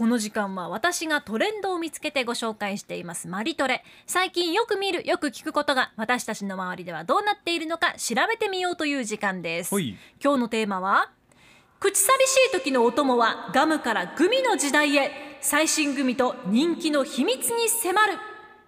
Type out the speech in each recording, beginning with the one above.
この時間は私がトレンドを見つけてご紹介していますマリトレ。最近よく見るよく聞くことが私たちの周りではどうなっているのか調べてみようという時間です。今日のテーマは口寂しい時のお供はガムからグミの時代へ、最新グミと人気の秘密に迫る。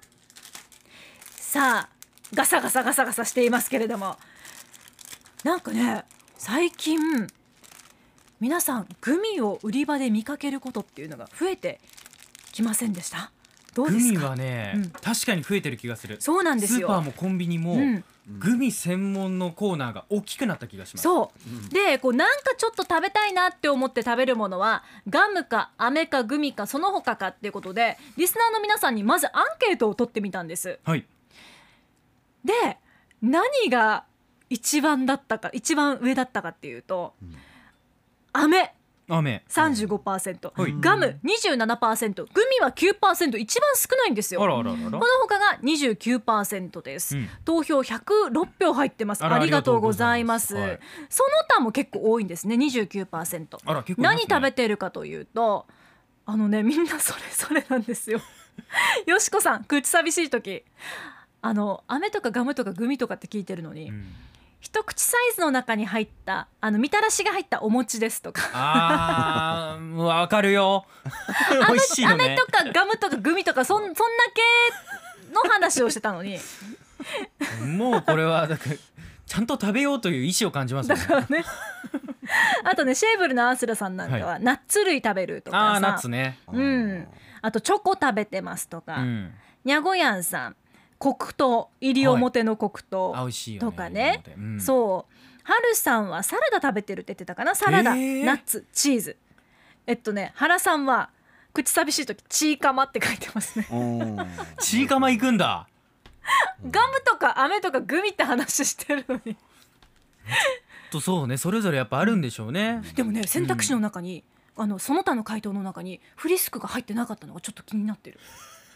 さあガサガサガサガサしていますけれども、なんかね最近皆さんグミを売り場で見かけることっていうのが増えてきませんでした？どうですか？ グミはね、確かに増えてる気がする。 そうなんですよ。 スーパーもコンビニも、グミ専門のコーナーが大きくなった気がします。 そう、でこうなんかちょっと食べたいなって思って食べるものはガムか飴かグミかその他かっていうことで、リスナーの皆さんにまずアンケートを取ってみたんです。 はい。 で何が一番上だったかっていうと、飴35%、ガム 27%、グミは 9%、一番少ないんですよ。この他が 29% です、投票106票入ってます。ありがとうございます、その他も結構多いんですね。 29%。 何食べてるかというとみんなそれぞれなんですよよしこさん、口寂しい時飴とかガムとかグミとかって聞いてるのに、一口サイズの中に入ったみたらしが入ったお餅ですとかわかるよ美味しいよね。 飴とかガムとかグミとかそんだけの話をしてたのにもうこれはだからちゃんと食べようという意思を感じますね。 だからねあとねシェーブルのアースラさんなんかは、ナッツ類食べるとかさ、 ナッツね、 あとチョコ食べてますとか、にゃごやんさん黒糖、入り表の黒糖とかね、そうはるさんはサラダ食べてるって言ってたかな。サラダ、ナッツ、チーズ。原さんは口寂しい時チーカマって書いてますねチーカマ行くんだガムとか飴とかグミって話してるのにそうね、それぞれやっぱあるんでしょうね。 でもね選択肢の中に、その他の回答の中にフリスクが入ってなかったのがちょっと気になってる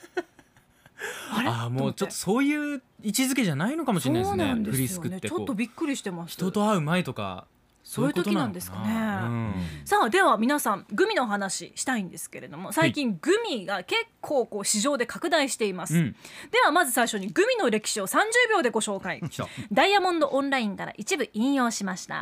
もうちょっとそういう位置づけじゃないのかもしれないですね。フリスクってちょっとびっくりしてます。 人と会う前とかそういう時なんですかね。さあでは皆さんグミの話したいんですけれども、最近グミが結構市場で拡大しています、ではまず最初にグミの歴史を30秒でご紹介。ダイヤモンドオンラインから一部引用しました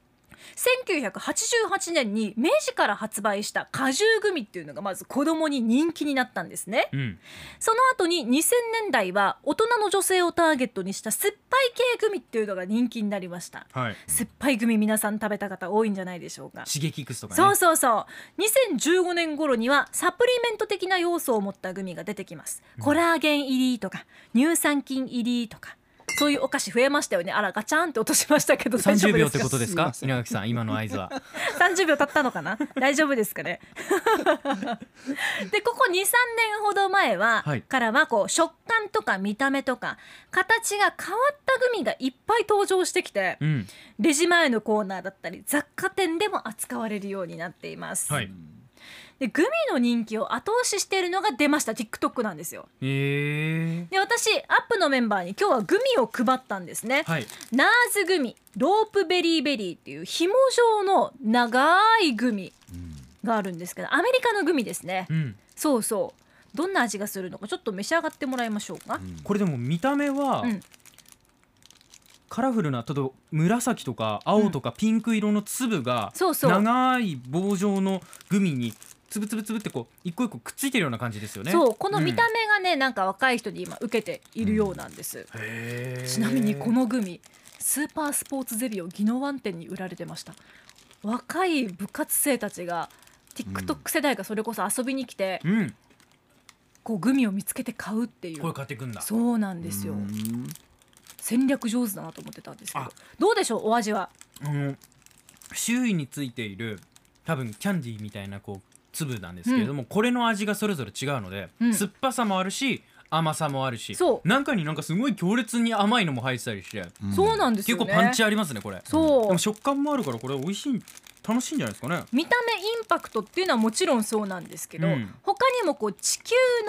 。1988年に明治から発売した果汁グミっていうのがまず子供に人気になったんですね、その後に2000年代は大人の女性をターゲットにした酸っぱい系グミっていうのが人気になりました、酸っぱいグミ皆さん食べた方多いんじゃないでしょうか。 シゲキックスとかね。 そう2015年頃にはサプリメント的な要素を持ったグミが出てきます、コラーゲン入りとか乳酸菌入りとか、そういうお菓子増えましたよね。あらガチャンって落としましたけど 30秒ってことですか稲垣さん、今の合図は 30秒経ったのかな大丈夫ですかねでここ 2,3 年ほど前は、からは食感とか見た目とか形が変わったグミがいっぱい登場してきて、レジ前のコーナーだったり雑貨店でも扱われるようになっています、でグミの人気を後押ししているのが出ました TikTok なんですよ。で私アップのメンバーに今日はグミを配ったんですね、ナーズグミ、ロープベリーベリーっていう紐状の長いグミがあるんですけど、アメリカのグミですね、どんな味がするのかちょっと召し上がってもらいましょうか、 これでも見た目は、カラフルな紫とか青とかピンク色の粒が長い棒状のグミにつぶつぶつぶって一個一個くっついてるような感じですよね。 この見た目がね、なんか若い人に今受けているようなんです、ちなみにこのグミスーパースポーツゼリオ宜野湾店に売られてました。若い部活生たちが TikTok 世代がそれこそ遊びに来て、グミを見つけて買うっていう。 これ買っていくんだ。 そうなんですよ。戦略上手だなと思ってたんですけど、どうでしょうお味は。 周囲についている多分キャンディーみたいな粒なんですけれども、これの味がそれぞれ違うので、酸っぱさもあるし甘さもあるし、中になんかすごい強烈に甘いのも入ってたりして、 そうなんですよね。 結構パンチありますねこれ。でも食感もあるからこれ美味しい、楽しいんじゃないですかね。 見た目インパクトっていうのはもちろんそうなんですけど、他にも地球の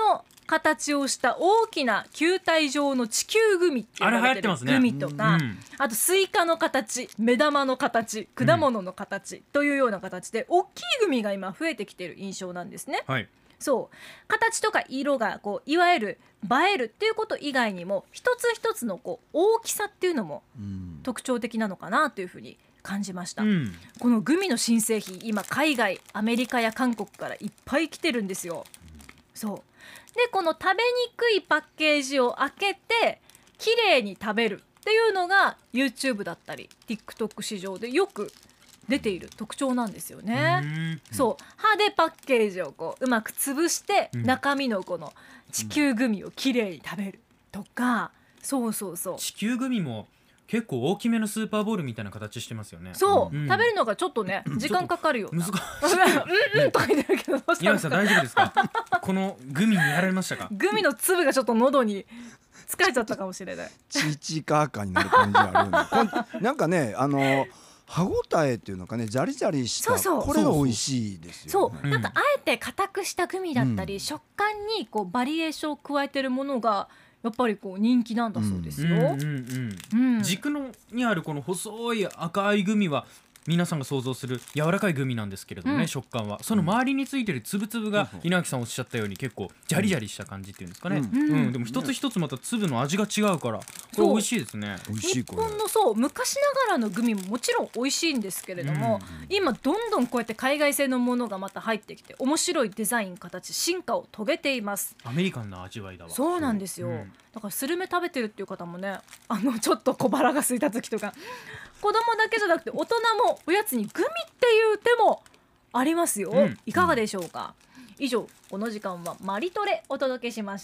形をした大きな球体状の地球グミって言われてるグミとか、あとスイカの形、目玉の形、果物の形というような形で大きいグミが今増えてきている印象なんですね。 はい、 そう形とか色がこういわゆる映えるっていうこと以外にも一つ一つのこう大きさっていうのも特徴的なのかなというふうに感じました、このグミの新製品今海外アメリカや韓国からいっぱい来てるんですよ。そうでこの食べにくいパッケージを開けて綺麗に食べるっていうのが YouTube だったり TikTok 市場でよく出ている特徴なんですよね。そう歯でパッケージをこううまく潰して中身のこの地球グミをきれいに食べるとか、そう地球グミも結構大きめのスーパーボールみたいな形してますよね。 そう、食べるのがちょっとね時間かかるような。難しいとか言ってるけど、 岩城さん大丈夫ですか？このグミにやられましたか？ グミの粒がちょっと喉に疲れちゃったかもしれない。 チチカーカーになる感じあるなんかね歯ごたえっていうのかね、ジャリジャリしたこれが美味しいですよね。 そうなんかあえて硬くしたグミだったり、食感にこうバリエーションを加えてるものがやっぱりこう人気なんだそうですよ。 軸のにあるこの細い赤いグミは皆さんが想像する柔らかいグミなんですけれどもね、食感はその周りについてる粒々が稲垣さんおっしゃったように結構ジャリジャリした感じっていうんですかね。でも一つ一つまた粒の味が違うからこれ美味しいですね。 日本のそう昔ながらのグミももちろん美味しいんですけれども、今どんどんこうやって海外製のものがまた入ってきて面白いデザイン形進化を遂げています。 アメリカンな味わいだわ。 そうなんですよ、だからスルメ食べてるっていう方もねちょっと小腹が空いた時とか子供だけじゃなくて大人もおやつにグミっていう手もありますよ、いかがでしょうか。以上この時間はマリトレお届けしました。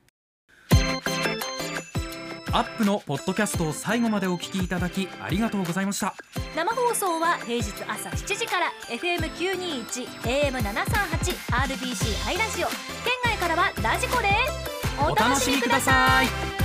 アップのポッドキャストを最後までお聞きいただきありがとうございました。 生放送は平日朝7時から FM921 AM738 RBC ハイラジオ、県外からはラジコです。 お楽しみください。